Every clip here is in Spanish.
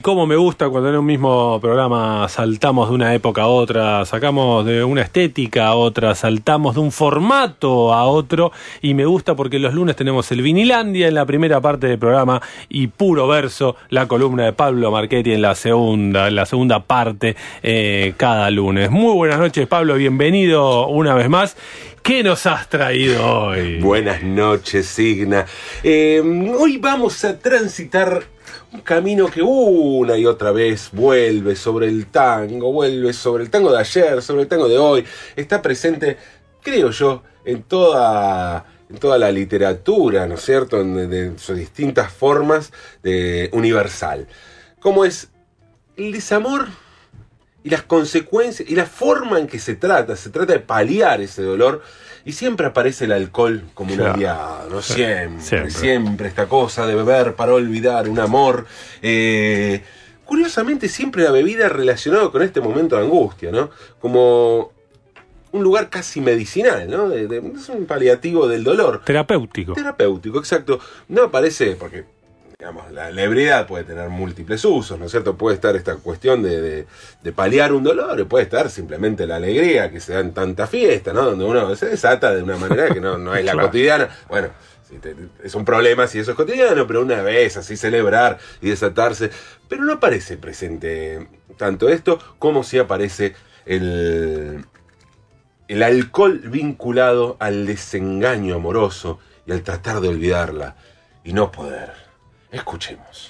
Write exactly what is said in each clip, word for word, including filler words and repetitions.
Cómo me gusta cuando en un mismo programa saltamos de una época a otra, sacamos de una estética a otra, saltamos de un formato a otro, y me gusta porque los lunes tenemos el Vinilandia en la primera parte del programa y Puro Verso, la columna de Pablo Marchetti en la segunda, en la segunda parte eh, cada lunes. Muy buenas noches, Pablo, bienvenido una vez más. ¿Qué nos has traído hoy? Buenas noches, Signa. Eh, hoy vamos a transitar un camino que una y otra vez vuelve sobre el tango, vuelve sobre el tango de ayer, sobre el tango de hoy. Está presente, creo yo, en toda, en toda la literatura, ¿no es cierto?, en, de sus distintas formas de universal. Como es el desamor y las consecuencias y la forma en que se trata, se trata de paliar ese dolor. Y siempre aparece el alcohol como un aliado, ¿no? Siempre, siempre, siempre esta cosa de beber para olvidar un amor. Eh, curiosamente, siempre la bebida relacionada con este momento de angustia, ¿no? Como un lugar casi medicinal, ¿no? De, de, es un paliativo del dolor. Terapéutico. Terapéutico, exacto. No aparece porque... Digamos, la, la ebriedad puede tener múltiples usos, ¿no es cierto? Puede estar esta cuestión de, de, de paliar un dolor, puede estar simplemente la alegría que se da en tanta fiesta, ¿no? Donde uno se desata de una manera que no, no es la claro. cotidiana. Bueno, si te, es un problema si eso es cotidiano, pero una vez así celebrar y desatarse. Pero no aparece presente tanto esto como si aparece el, el alcohol vinculado al desengaño amoroso y al tratar de olvidarla y no poder. Escuchemos.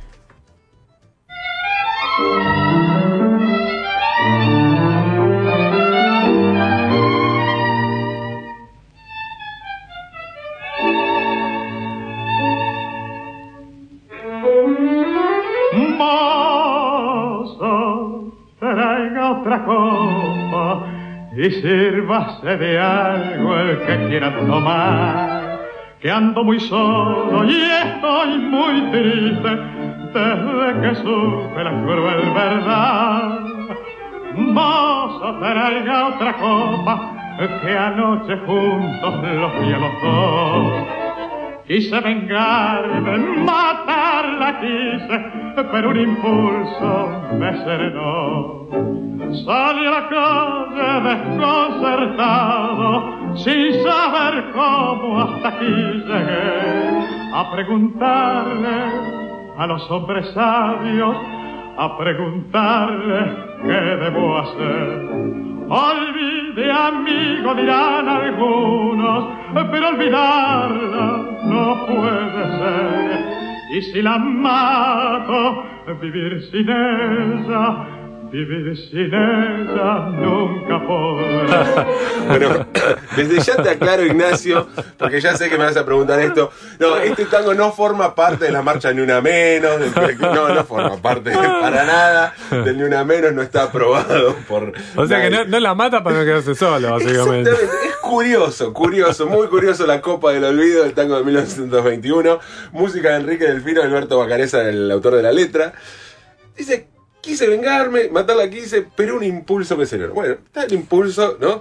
Mozo, traiga otra copa y sírvase de algo el que quiera tomar. Que ando muy solo y estoy muy triste desde que supe la cruel verdad. Mozo, traiga otra copa que anoche juntos los vi a los dos. Quise vengarme, matarla quise, pero un impulso me serenó. Salí a la calle desconcertado, sin saber cómo hasta aquí llegué, a preguntarle a los hombres sabios, a preguntarle qué debo hacer. Olvide, amigo, dirán algunos, pero olvidarla no puede ser. Y si la mato, vivir sin ella, vivir sin ella nunca podré. Bueno, desde ya te aclaro, Ignacio, porque ya sé que me vas a preguntar esto. No, este tango no forma parte de la marcha Ni Una Menos. Del, no, no forma parte para nada del Ni Una Menos, no está aprobado por... O sea nadie. Que no, no la mata para no quedarse solo, básicamente. Exactamente, es curioso, curioso, muy curioso la Copa del Olvido del tango de mil novecientos veintiuno. Música de Enrique Delfino, Alberto Bacareza, el autor de la letra. Dice... Quise vengarme, matarla quise, pero un impulso me serenó. Bueno, está el impulso, ¿no?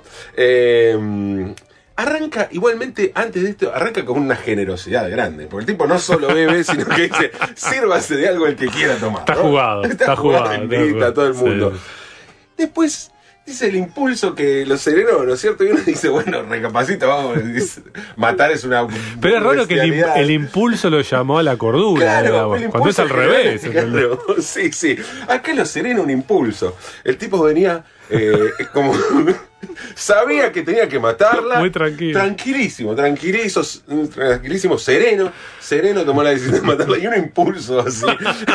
Eh, arranca, igualmente, antes de esto, arranca con una generosidad grande. Porque el tipo no solo bebe, sino que dice, sírvase de algo el que quiera tomar. Está ¿no? jugado, está, está jugado. jugado Invita está a todo el mundo. Sí. Después... Dice el impulso que lo serenó, ¿no es cierto? Y uno dice, bueno, recapacita, vamos, dice, matar es una... Pero es raro que el, el impulso lo llamó a la cordura, claro, digamos, cuando es al revés. Claro, sí, sí. Acá lo serena un impulso. El tipo venía eh, como... Sabía que tenía que matarla. Muy tranquilo. Tranquilísimo, tranquilísimo, tranquilísimo, sereno. Sereno tomó la decisión de matarla y un impulso así.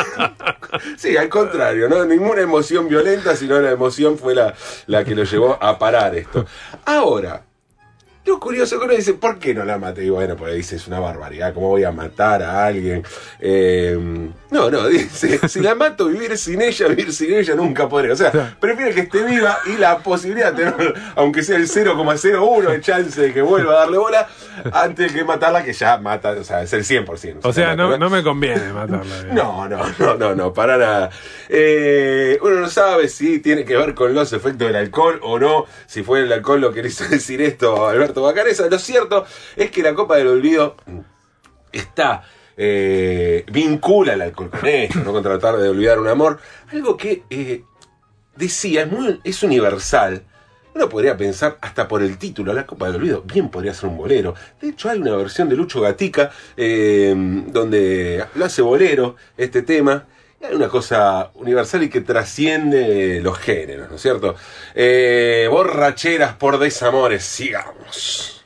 Sí, al contrario, no ninguna emoción violenta, sino la emoción fue la, la que lo llevó a parar esto. Ahora, lo curioso que uno dice, ¿por qué no la maté? Y bueno, pues dice, es una barbaridad, ¿cómo voy a matar a alguien? Eh, no, no, dice, si la mato, vivir sin ella, vivir sin ella nunca podré. O sea, prefiero que esté viva y la posibilidad de tener, aunque sea el cero coma cero uno de chance de que vuelva a darle bola, antes que matarla, que ya mata, o sea, es el cien por ciento. O sea, no, no me conviene matarla. No, no, no, no, no, para nada. Eh, uno no sabe si tiene que ver con los efectos del alcohol o no, si fue el alcohol lo que quiso decir esto Alberto Bacareza. Lo cierto es que la Copa del Olvido está eh, vincula el alcohol con esto, no con tratar de olvidar un amor. Algo que eh, decía, es, muy, es universal. Uno podría pensar, hasta por el título, La Copa del Olvido, bien podría ser un bolero. De hecho, hay una versión de Lucho Gatica eh, donde lo hace bolero este tema. Y hay una cosa universal y que trasciende los géneros, ¿no es cierto? Eh, borracheras por desamores, sigamos.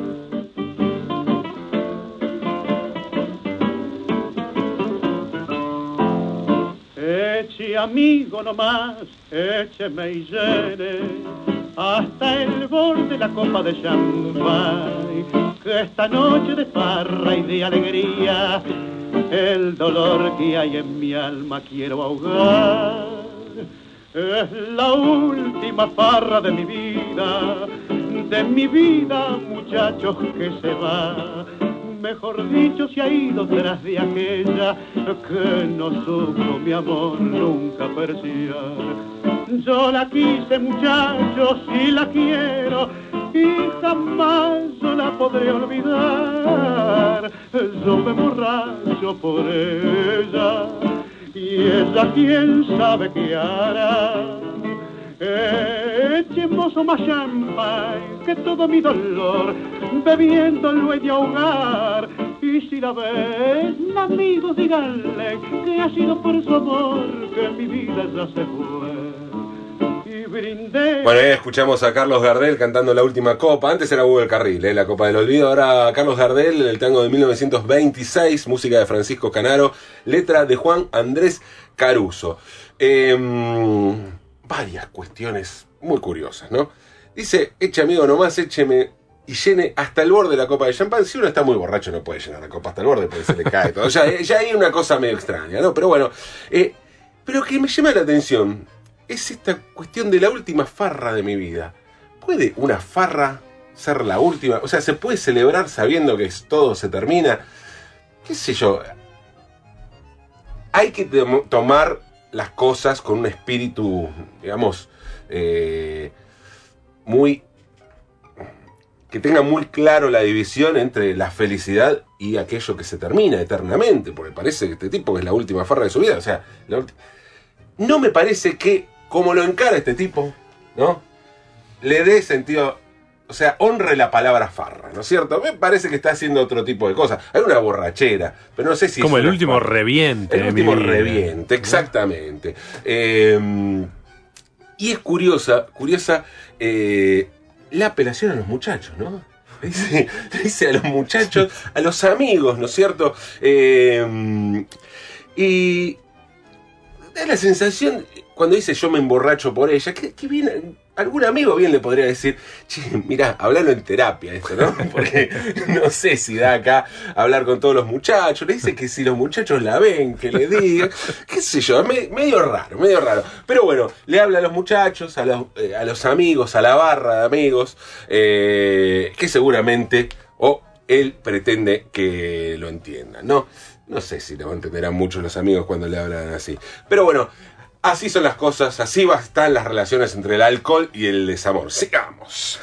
Eche amigo nomás, écheme y llene hasta el borde de la copa de champán, que esta noche de farra y de alegría el dolor que hay en mi alma quiero ahogar. Es la última farra de mi vida, de mi vida, muchachos, que se va. Mejor dicho, se ha ido tras de aquella que no supo mi amor nunca apreciar. Yo la quise, muchachos, y la quiero, y jamás yo la podré olvidar. Yo me borracho por ella, y ella quién sabe qué hará. Echemos más champán, que todo mi dolor bebiéndolo he de ahogar. Y si la ven, amigos, díganle que ha sido por su amor que mi vida ya se fue. Y brindé. Bueno, ahí escuchamos a Carlos Gardel cantando La Última Copa. Antes era Hugo del Carril, ¿eh? La Copa del Olvido. Ahora Carlos Gardel, el tango de mil novecientos veintiséis, música de Francisco Canaro, letra de Juan Andrés Caruso. Eh, varias cuestiones muy curiosas, ¿no? Dice, eche amigo nomás, écheme y llene hasta el borde de la copa de champán. Si uno está muy borracho no puede llenar la copa hasta el borde porque se le cae todo. Ya, ya hay una cosa medio extraña, ¿no? Pero bueno, eh, pero que me llama la atención es esta cuestión de la última farra de mi vida. ¿Puede una farra ser la última? O sea, ¿se puede celebrar sabiendo que todo se termina? ¿Qué sé yo? Hay que tom- tomar las cosas con un espíritu, digamos, eh, muy... que tenga muy claro la división entre la felicidad y aquello que se termina eternamente, porque parece que este tipo que es la última farra de su vida, o sea, la ulti... no me parece que, como lo encara este tipo, ¿no?, le dé sentido, o sea, honre la palabra farra, ¿no es cierto? Me parece que está haciendo otro tipo de cosas. Hay una borrachera, pero no sé si como es el último farra. reviente. El último reviente, exactamente. Eh, y es curiosa, curiosa eh, la apelación a los muchachos, ¿no? Le dice, le dice a los muchachos, a los amigos, ¿no es cierto? Eh, y da la sensación, cuando dice yo me emborracho por ella, que, que bien, algún amigo bien le podría decir, che, mirá, hablalo en terapia esto, ¿no? Porque no sé si da acá hablar con todos los muchachos. Le dice que si los muchachos la ven, que le digan, qué sé yo, me, medio raro, medio raro. Pero bueno, le habla a los muchachos, a los, eh, a los amigos, a la barra de amigos, eh, que seguramente, o oh, él pretende que lo entiendan, ¿no? No sé si lo entenderán mucho los amigos cuando le hablan así. Pero bueno, así son las cosas, así están las relaciones entre el alcohol y el desamor. Sigamos.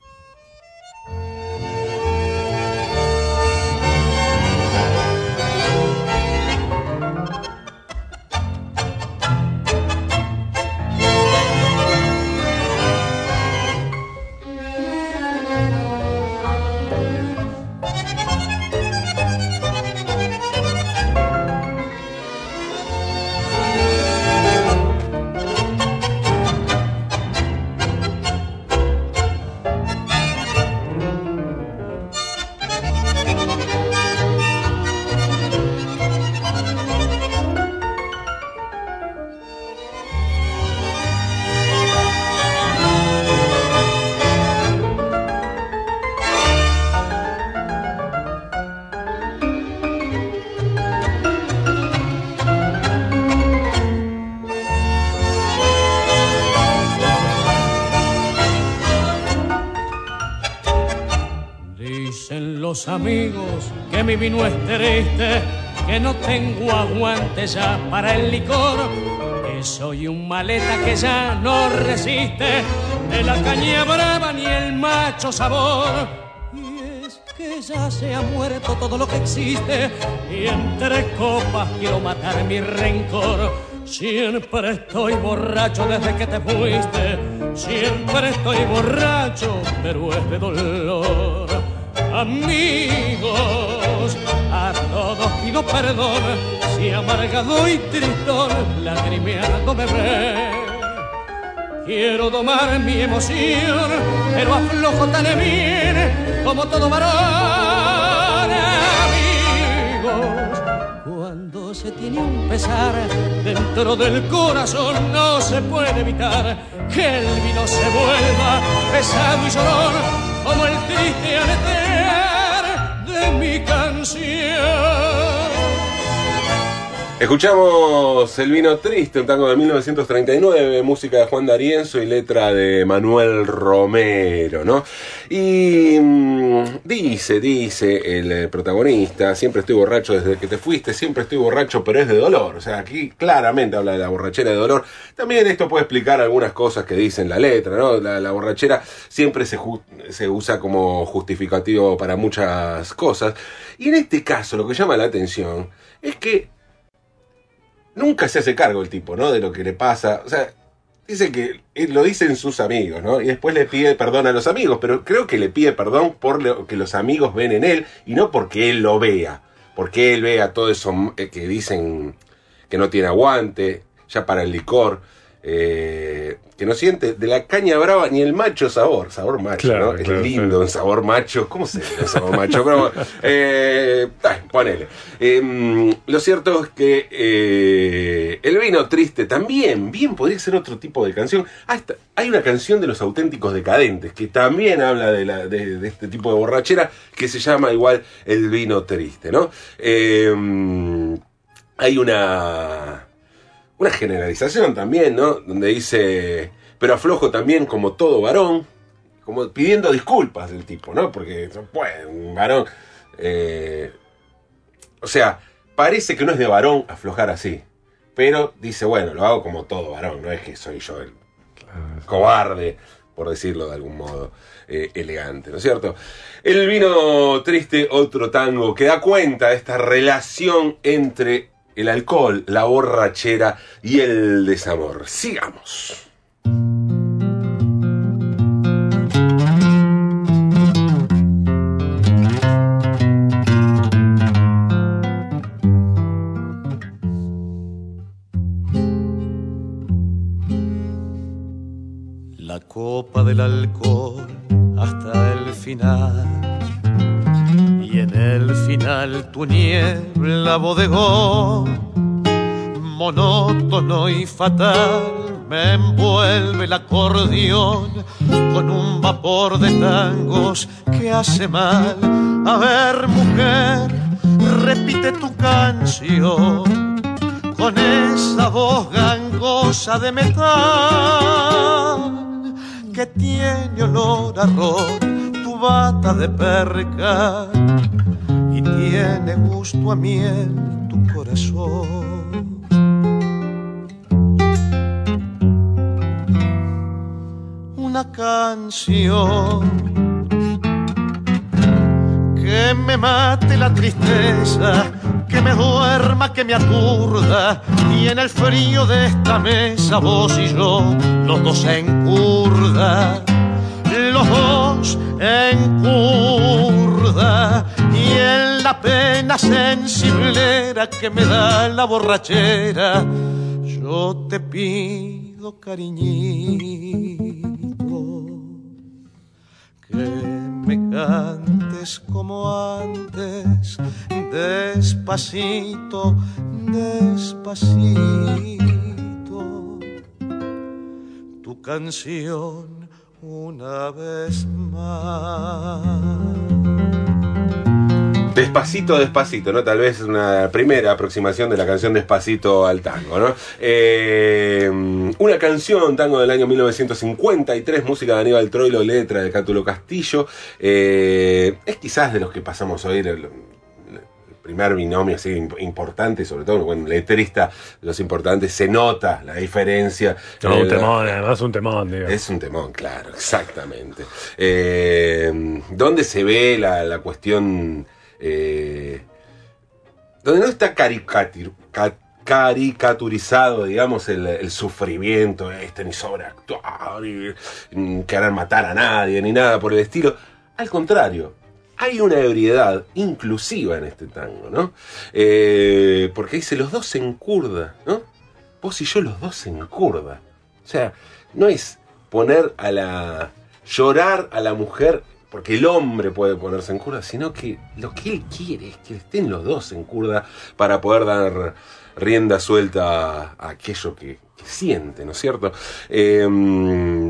Los amigos que mi vino es triste, que no tengo aguante ya para el licor, que soy un maleta que ya no resiste de la caña brava ni el macho sabor. Y es que ya se ha muerto todo lo que existe y entre copas quiero matar mi rencor. Siempre estoy borracho desde que te fuiste, siempre estoy borracho, pero es de dolor. Amigos, a todos pido perdón si amargado y tristón lagrimeando me ve. Quiero domar mi emoción, pero aflojo tan bien como todo varón. Amigos, cuando se tiene un pesar dentro del corazón no se puede evitar que el vino se vuelva pesado y llorón como el triste aletear de mi canción. Escuchamos El vino triste, un tango de mil novecientos treinta y nueve, música de Juan D'Arienzo y letra de Manuel Romero, ¿no? Y mmm, dice, dice el protagonista, siempre estoy borracho desde que te fuiste, siempre estoy borracho, pero es de dolor. O sea, aquí claramente habla de la borrachera de dolor. También esto puede explicar algunas cosas que dice en la letra, ¿no? La, la borrachera siempre se, ju- se usa como justificativo para muchas cosas. Y en este caso lo que llama la atención es que nunca se hace cargo el tipo, ¿no? De lo que le pasa. O sea, dice que lo dicen sus amigos, ¿no? Y después le pide perdón a los amigos, pero creo que le pide perdón por lo que los amigos ven en él y no porque él lo vea. Porque él vea todo eso que dicen que no tiene aguante, ya para el licor, eh, que no siente de la caña brava ni el macho sabor. Sabor macho, claro, ¿no? Claro, es lindo, claro. un sabor macho. ¿Cómo se llama el sabor macho? Pero, eh, ay, ponele. Eh, lo cierto es que eh, El vino triste también, bien podría ser otro tipo de canción. Ah, está, hay una canción de Los Auténticos Decadentes que también habla de, la, de, de este tipo de borrachera que se llama igual El vino triste, ¿no? Eh, hay una... Una generalización también, ¿no? Donde dice, pero aflojo también como todo varón, como pidiendo disculpas del tipo, ¿no? Porque no puede, un varón... Eh, o sea, parece que no es de varón aflojar así, pero dice, bueno, lo hago como todo varón, no es que soy yo el cobarde, por decirlo de algún modo eh, elegante, ¿no es cierto? El vino triste, otro tango que da cuenta de esta relación entre el alcohol, la borrachera y el desamor. Sigamos. La copa del alcohol hasta el final, y en el final tu niebla bodegó, monótono y fatal me envuelve el acordeón con un vapor de tangos que hace mal. A ver, mujer, repite tu canción con esa voz gangosa de metal que tiene olor a ron, tu bata de perca, y tiene gusto a miel tu corazón. Una canción que me mate la tristeza, que me duerma, que me aturda, y en el frío de esta mesa vos y yo, los dos en curda, los dos en curda, y en la pena sensiblera que me da la borrachera, yo te pido, cariñito, que me cantes como antes, despacito, despacito, tu canción una vez más. Despacito, despacito, ¿no? Tal vez una primera aproximación de la canción Despacito al tango, ¿no? Eh, una canción, tango del año mil novecientos cincuenta y tres, música de Aníbal Troilo, letra de Cátulo Castillo. Eh, es quizás de los que pasamos a oír el, el primer binomio así importante, sobre todo cuando letrista, los importantes, se nota la diferencia. No, eh, un temón, además un temón, digo. Es un temón, claro, exactamente. Eh, ¿Dónde se ve la, la cuestión? Eh, donde no está caricatur, ca, caricaturizado, digamos, el, el sufrimiento este, ni sobreactuar, ni, ni querer matar a nadie, ni nada por el estilo. Al contrario, hay una ebriedad inclusiva en este tango, ¿no? Eh, porque dice, los dos en curda, ¿no? Vos y yo los dos en curda. O sea, no es poner a la... llorar a la mujer porque el hombre puede ponerse en curda, sino que lo que él quiere es que estén los dos en curda para poder dar rienda suelta a aquello que, que siente, ¿no es cierto? Eh,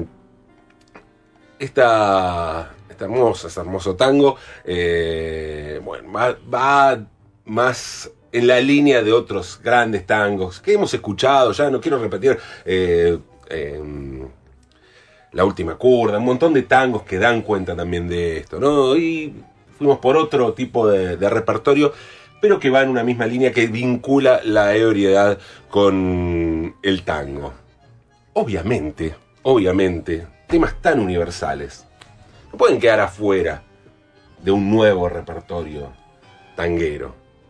esta... Este hermoso, este hermoso tango, eh, bueno, va, va más en la línea de otros grandes tangos que hemos escuchado, ya no quiero repetir, eh, eh, La Última Curda, un montón de tangos que dan cuenta también de esto, ¿no? Y fuimos por otro tipo de, de repertorio, pero que va en una misma línea que vincula la ebriedad con el tango. Obviamente, obviamente, temas tan universales no pueden quedar afuera de un nuevo repertorio tanguero.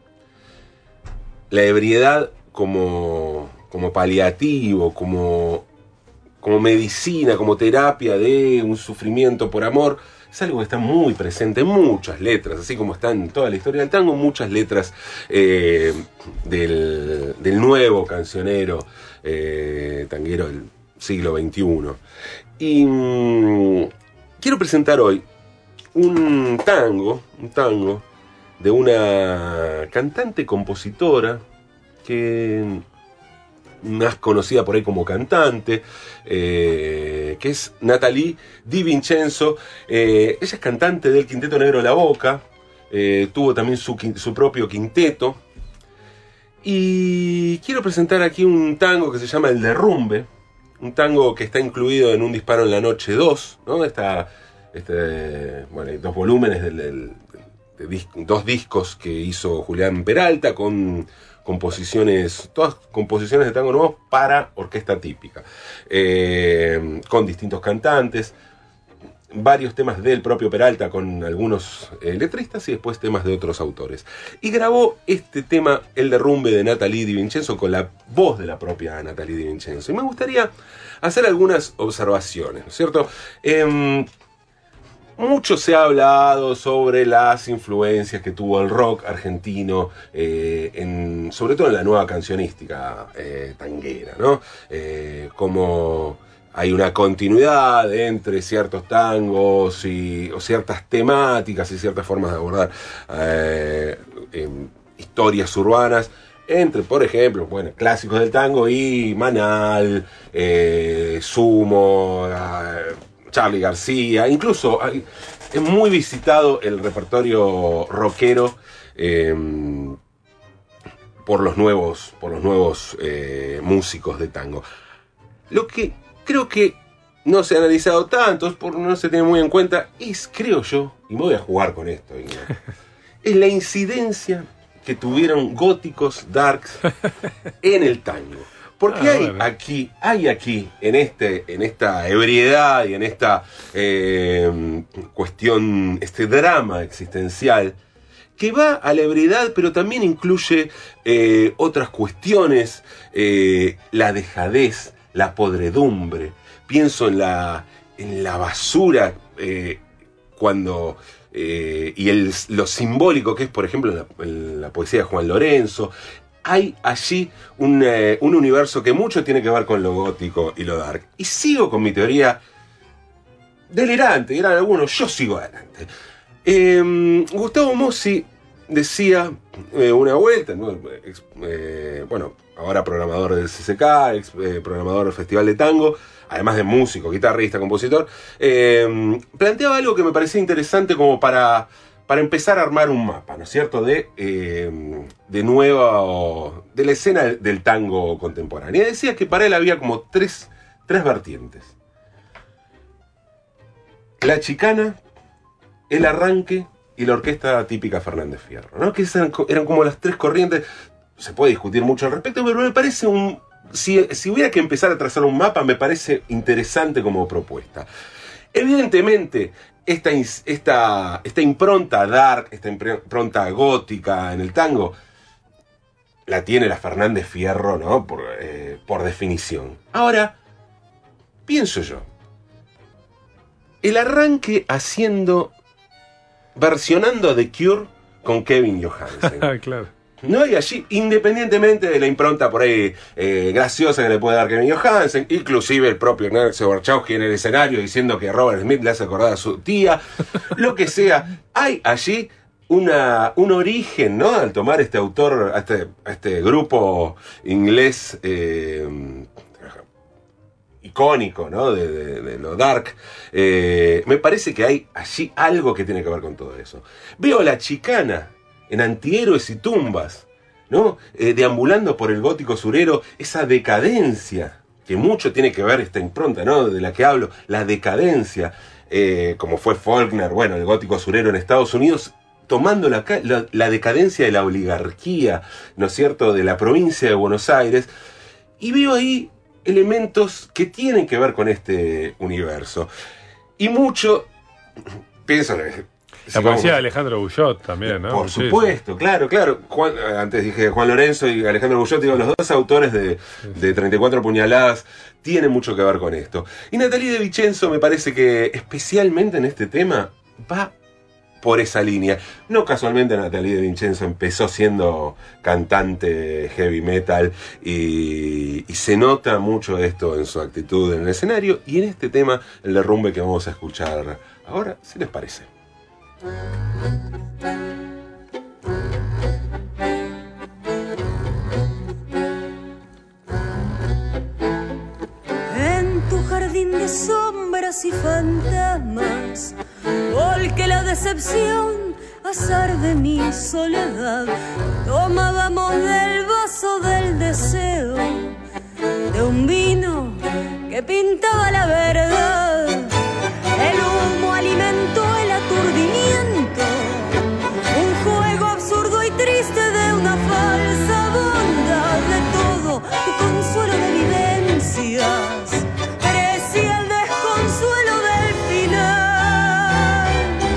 La ebriedad como, como paliativo, como, como medicina, como terapia de un sufrimiento por amor, es algo que está muy presente en muchas letras, así como está en toda la historia del tango, muchas letras eh, del, del nuevo cancionero eh, tanguero del siglo veintiuno. Y... Mmm, quiero presentar hoy un tango, un tango de una cantante compositora que más conocida por ahí como cantante, eh, que es Nathalie Di Vincenzo. Eh, ella es cantante del Quinteto Negro La Boca, eh, tuvo también su, su propio quinteto. Y quiero presentar aquí un tango que se llama El Derrumbe. Un tango que está incluido en Un Disparo en la Noche dos, ¿no? Esta, este, bueno, hay dos volúmenes, del, del, de dis, dos discos que hizo Julián Peralta con composiciones, todas composiciones de tango nuevos para orquesta típica, eh, con distintos cantantes, varios temas del propio Peralta con algunos eh, letristas y después temas de otros autores. Y grabó este tema, El Derrumbe, de Nathalie Di Vincenzo, con la voz de la propia Nathalie Di Vincenzo. Y me gustaría hacer algunas observaciones, ¿no es cierto? Eh, mucho se ha hablado sobre las influencias que tuvo el rock argentino, eh, en, sobre todo en la nueva cancionística eh, tanguera, ¿no? Eh, como... hay una continuidad entre ciertos tangos y, o ciertas temáticas y ciertas formas de abordar eh, eh, historias urbanas entre, por ejemplo, bueno, clásicos del tango y Manal, eh, Sumo, eh, Charly García. Incluso hay, es muy visitado el repertorio rockero eh, por los nuevos, por los nuevos eh, músicos de tango. Lo que creo que no se ha analizado tanto, por no se tiene muy en cuenta, es, creo yo, y me voy a jugar con esto, ¿no? Es la incidencia que tuvieron góticos, darks, en el tango. Porque ah, hay bueno. aquí, hay aquí, en este, en esta ebriedad y en esta eh, cuestión, este drama existencial, que va a la ebriedad, pero también incluye eh, otras cuestiones, eh, la dejadez, la podredumbre. Pienso en la, en la basura eh, cuando eh, y el, lo simbólico que es, por ejemplo, en la, en la poesía de Juan Lorenzo. Hay allí un, eh, un universo que mucho tiene que ver con lo gótico y lo dark. Y sigo con mi teoría delirante, dirán algunos, yo sigo adelante. Eh, Gustavo Mossi decía eh, una vuelta, ¿no? eh, bueno, ahora programador del C C K, ex, eh, programador del Festival de Tango, además de músico, guitarrista, compositor, eh, planteaba algo que me parecía interesante como para, para empezar a armar un mapa, ¿no es cierto?, de, eh, de nueva, de la escena del tango contemporáneo. Y decía que para él había como tres, tres vertientes: la chicana, el arranque y la orquesta típica Fernández Fierro, ¿no? Que eran, eran como las tres corrientes. Se puede discutir mucho al respecto, pero me parece un... Si, si hubiera que empezar a trazar un mapa, me parece interesante como propuesta. Evidentemente, esta, esta, esta impronta dark, esta impronta gótica en el tango, la tiene la Fernández Fierro, ¿no? Por, eh, por definición. Ahora, pienso yo, el arranque haciendo, versionando a The Cure con Kevin Johansen. Claro. No, y allí, independientemente de la impronta por ahí eh, graciosa que le puede dar Kevin Johansen, inclusive el propio Ignacio Warchowski en el escenario diciendo que Robert Smith le hace acordar a su tía, lo que sea, hay allí una, un origen, ¿no? Al tomar este autor, a este, a este grupo inglés eh, icónico, ¿no? De, de, de lo dark, eh, me parece que hay allí algo que tiene que ver con todo eso. Veo a La Chicana en Antihéroes y Tumbas, ¿no? Eh, deambulando por el gótico surero, esa decadencia, que mucho tiene que ver esta impronta, ¿no? De la que hablo, la decadencia, eh, como fue Faulkner, bueno, el gótico surero en Estados Unidos, tomando la, la, la decadencia de la oligarquía, ¿no es cierto?, de la provincia de Buenos Aires, y veo ahí elementos que tienen que ver con este universo. Y mucho, pienso... La poesía de Alejandro Bullot también, ¿no? Por Sí, supuesto, sí. claro, claro. Juan, antes dije Juan Lorenzo y Alejandro Bullot, digo, los dos autores de, de treinta y cuatro puñaladas tienen mucho que ver con esto. Y Natalie de Vicenzo me parece que especialmente en este tema va por esa línea. No casualmente Natalie de Vicenzo empezó siendo cantante heavy metal y, y se nota mucho esto en su actitud en el escenario y en este tema, el derrumbe que vamos a escuchar ahora, ¿si les parece? En tu jardín de sombras y fantasmas, porque la decepción, azar de mi soledad, tomábamos del vaso del deseo, de un vino que pintaba la verdad. El humo alimentó el aturdimiento, un juego absurdo y triste de una falsa bondad. De todo tu consuelo de vivencias parecía el desconsuelo del final.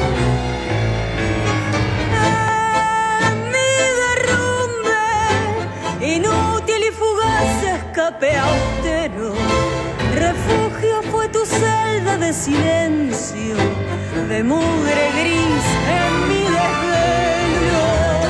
En mi derrumbe, inútil y fugaz escape austero, refugio fue tu celda de silencio, de mugre gris en mi desvelo.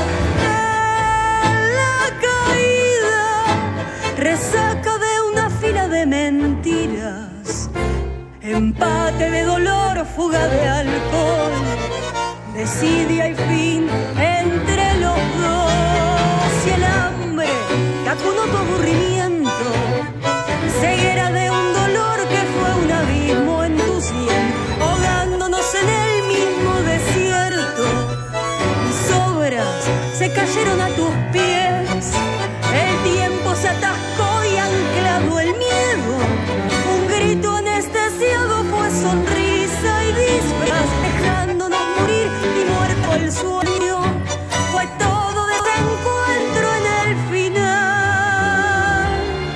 En la caída, resaca de una fila de mentiras, empate de dolor, fuga de alcohol, desidia y fin entre los dos. Y el hambre que acunó tu aburrimiento, ceguera de un dolor que fue un abismo en tu sien, ahogándonos en el mismo desierto. Mis obras se cayeron a tus pies, el tiempo se atascó y anclado el miedo. Un grito anestesiado fue sonrisa y disfraz, dejándonos morir y muerto el sueño. Fue todo desencuentro en el final.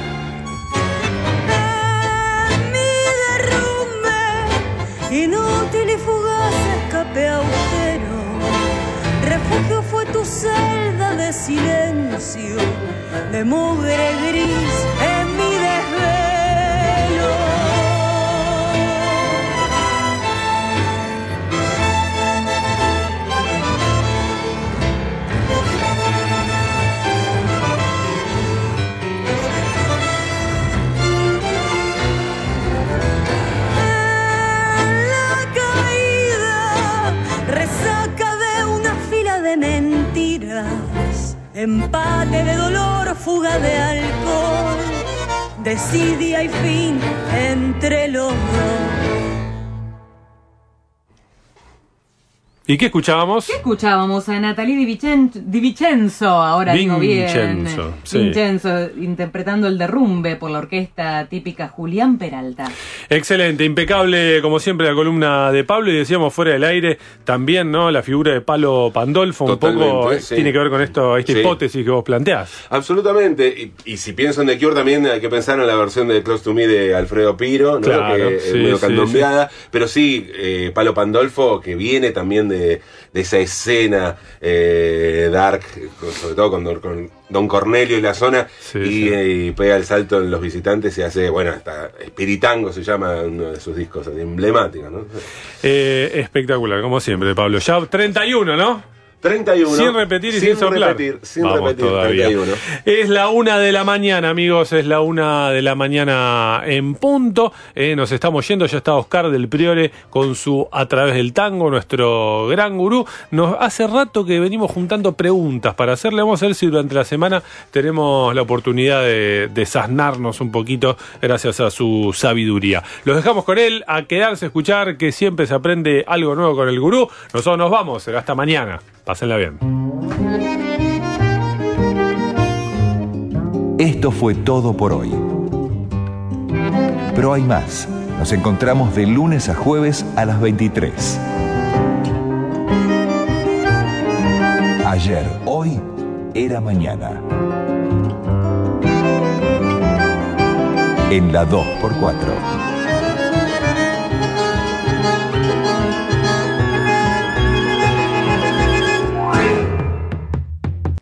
Inútil y fugaz escape austero, refugio fue tu celda de silencio, de mugre gris en mi desvelo. Empate de dolor, fuga de alcohol, desidia y fin entre los dos. ¿Y qué escuchábamos? ¿Qué escuchábamos? A Natalie Di, Vicen- Di Vicenzo, ahora digo bien. Vincenzo, sí. Vincenzo, interpretando el derrumbe por la orquesta típica Julián Peralta. Excelente, impecable como siempre la columna de Pablo, y decíamos fuera del aire también, ¿no? La figura de Palo Pandolfo, Totalmente, un poco sí. tiene que ver con esto, esta Sí. hipótesis que vos planteás. Absolutamente, y, y si pienso en The Cure también hay que pensar en la versión de Close to Me de Alfredo Piro, ¿no? Claro, que es sí, medio sí, candombeada, pero sí, eh, Palo Pandolfo, que viene también de, de esa escena eh, dark, sobre todo con, con Don Cornelio y la zona, Sí, y, sí. eh, y pega el salto en Los Visitantes y hace, bueno, hasta Espiritango se llama uno de sus discos emblemáticos, ¿no? Eh, espectacular, como siempre, Pablo. Ya treinta y uno, ¿no? treinta y uno. Sin repetir y sin, soplar. Repetir, sin Vamos repetir, todavía. treinta y uno. Es la una de la mañana, amigos. Es la una de la mañana en punto. Eh, nos estamos yendo. Ya está Oscar del Priore con su A Través del Tango, nuestro gran gurú. Nos hace rato que venimos juntando preguntas para hacerle. Vamos a ver si durante la semana tenemos la oportunidad de desasnarnos un poquito gracias a su sabiduría. Los dejamos con él a quedarse a escuchar, que siempre se aprende algo nuevo con el gurú. Nosotros nos vamos. Será hasta mañana. Pásenla bien. Esto fue todo por hoy. Pero hay más. Nos encontramos de lunes a jueves a las veintitrés. Ayer, hoy, era mañana. En la dos por cuatro.